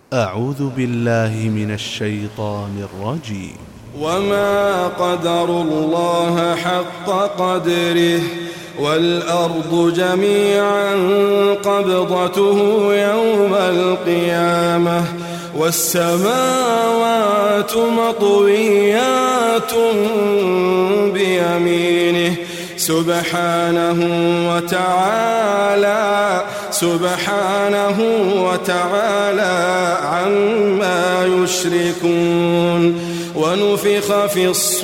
أعوذ بالله من الشيطان الرجيم. وما قدروا الله حق قدره والأرض جميعا قبضته يوم القيامة والسماوات مطويات بيمينه سبحانه وتعالى عما يشركون. ونفخ في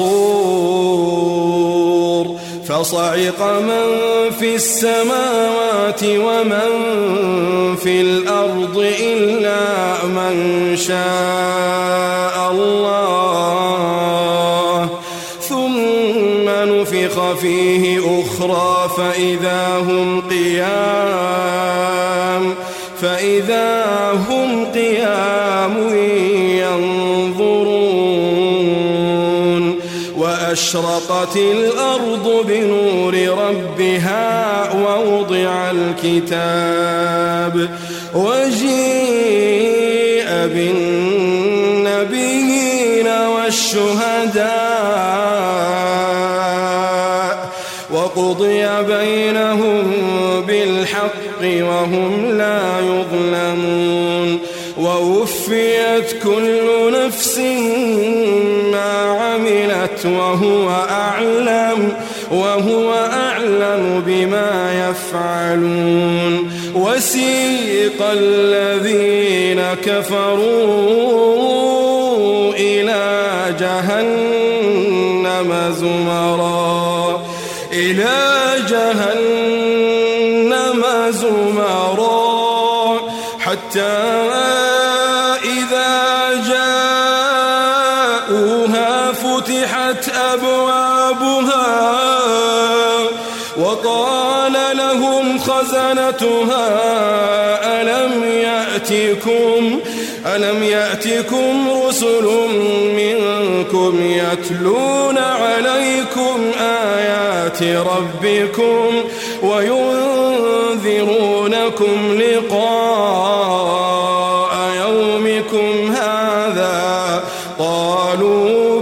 الصور فصعق من في السماوات ومن في الأرض إلا من شاء الله ثم نفخ فيه أخرى فإذا هم قيام ينظرون. وأشرقت الأرض بنور ربها ووضع الكتاب وجيء بالنبيين والشهداء وقضي بينهم بالحق وهم لا يظلمون. ووفيت كل نفس ما عملت وهو أعلم بما يفعلون. وسيق الذين كفروا إلى جهنم زمرا حتى إذا جاءوها فتحت أبوابها وقال لهم خزنتها ألم يأتكم رسل منكم يتلون عليكم آيات ربكم وينذرونكم لقاء يومكم هذا قالوا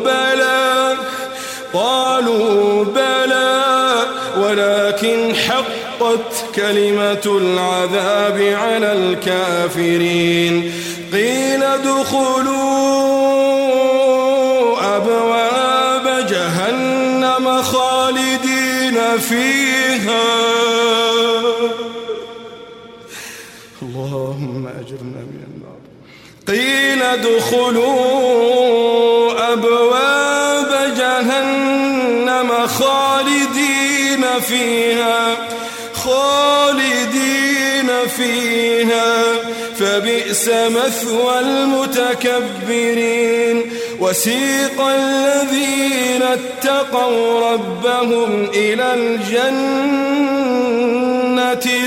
بلى ولكن حقت كلمة العذاب على الكافرين. قيل ادخلوا أبواب جهنم خالدين فيها. اللهم أجرنا من النار. قيل ادخلوا أبواب جهنم خالدين فيها فبئس مثوى المتكبرين. وسيق الذين اتقوا ربهم إلى الجنة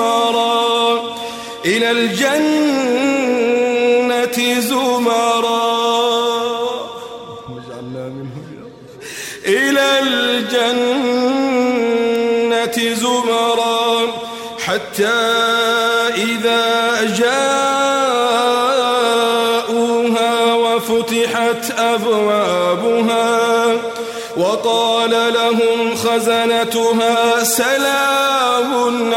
زمرا حتى إذا جاءوها وفتحت أبوابها وقال لهم خزنتها سلام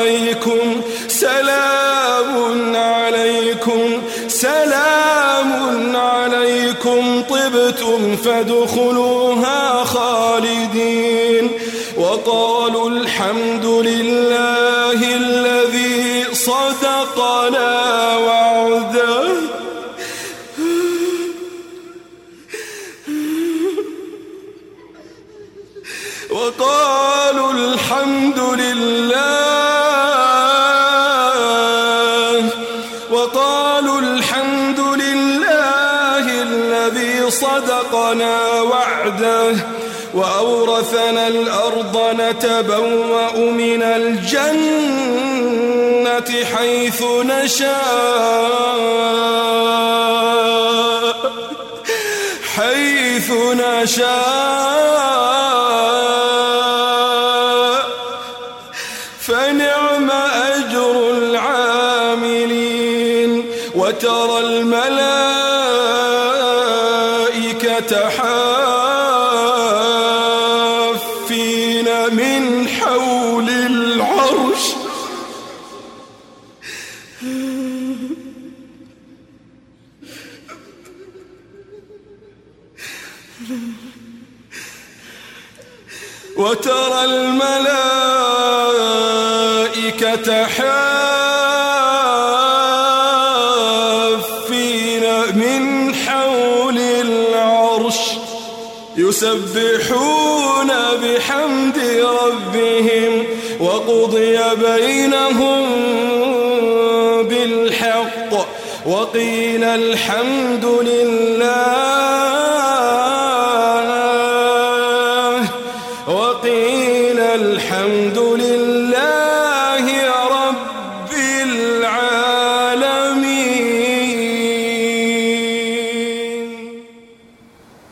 عليكم طبتم فادخلوها خالدين. وقالوا الحمد لله الذي صدقنا وعده صدقنا وعده وأورثنا الأرض نتبوأ من الجنة حيث نشاء فنعم أجر العاملين. وترى الملائكة حافين من حول العرش وترى الملائكة حافين من حول العرش يسبحون بحمد ربهم وقضي بينهم بالحق وقيل الحمد لله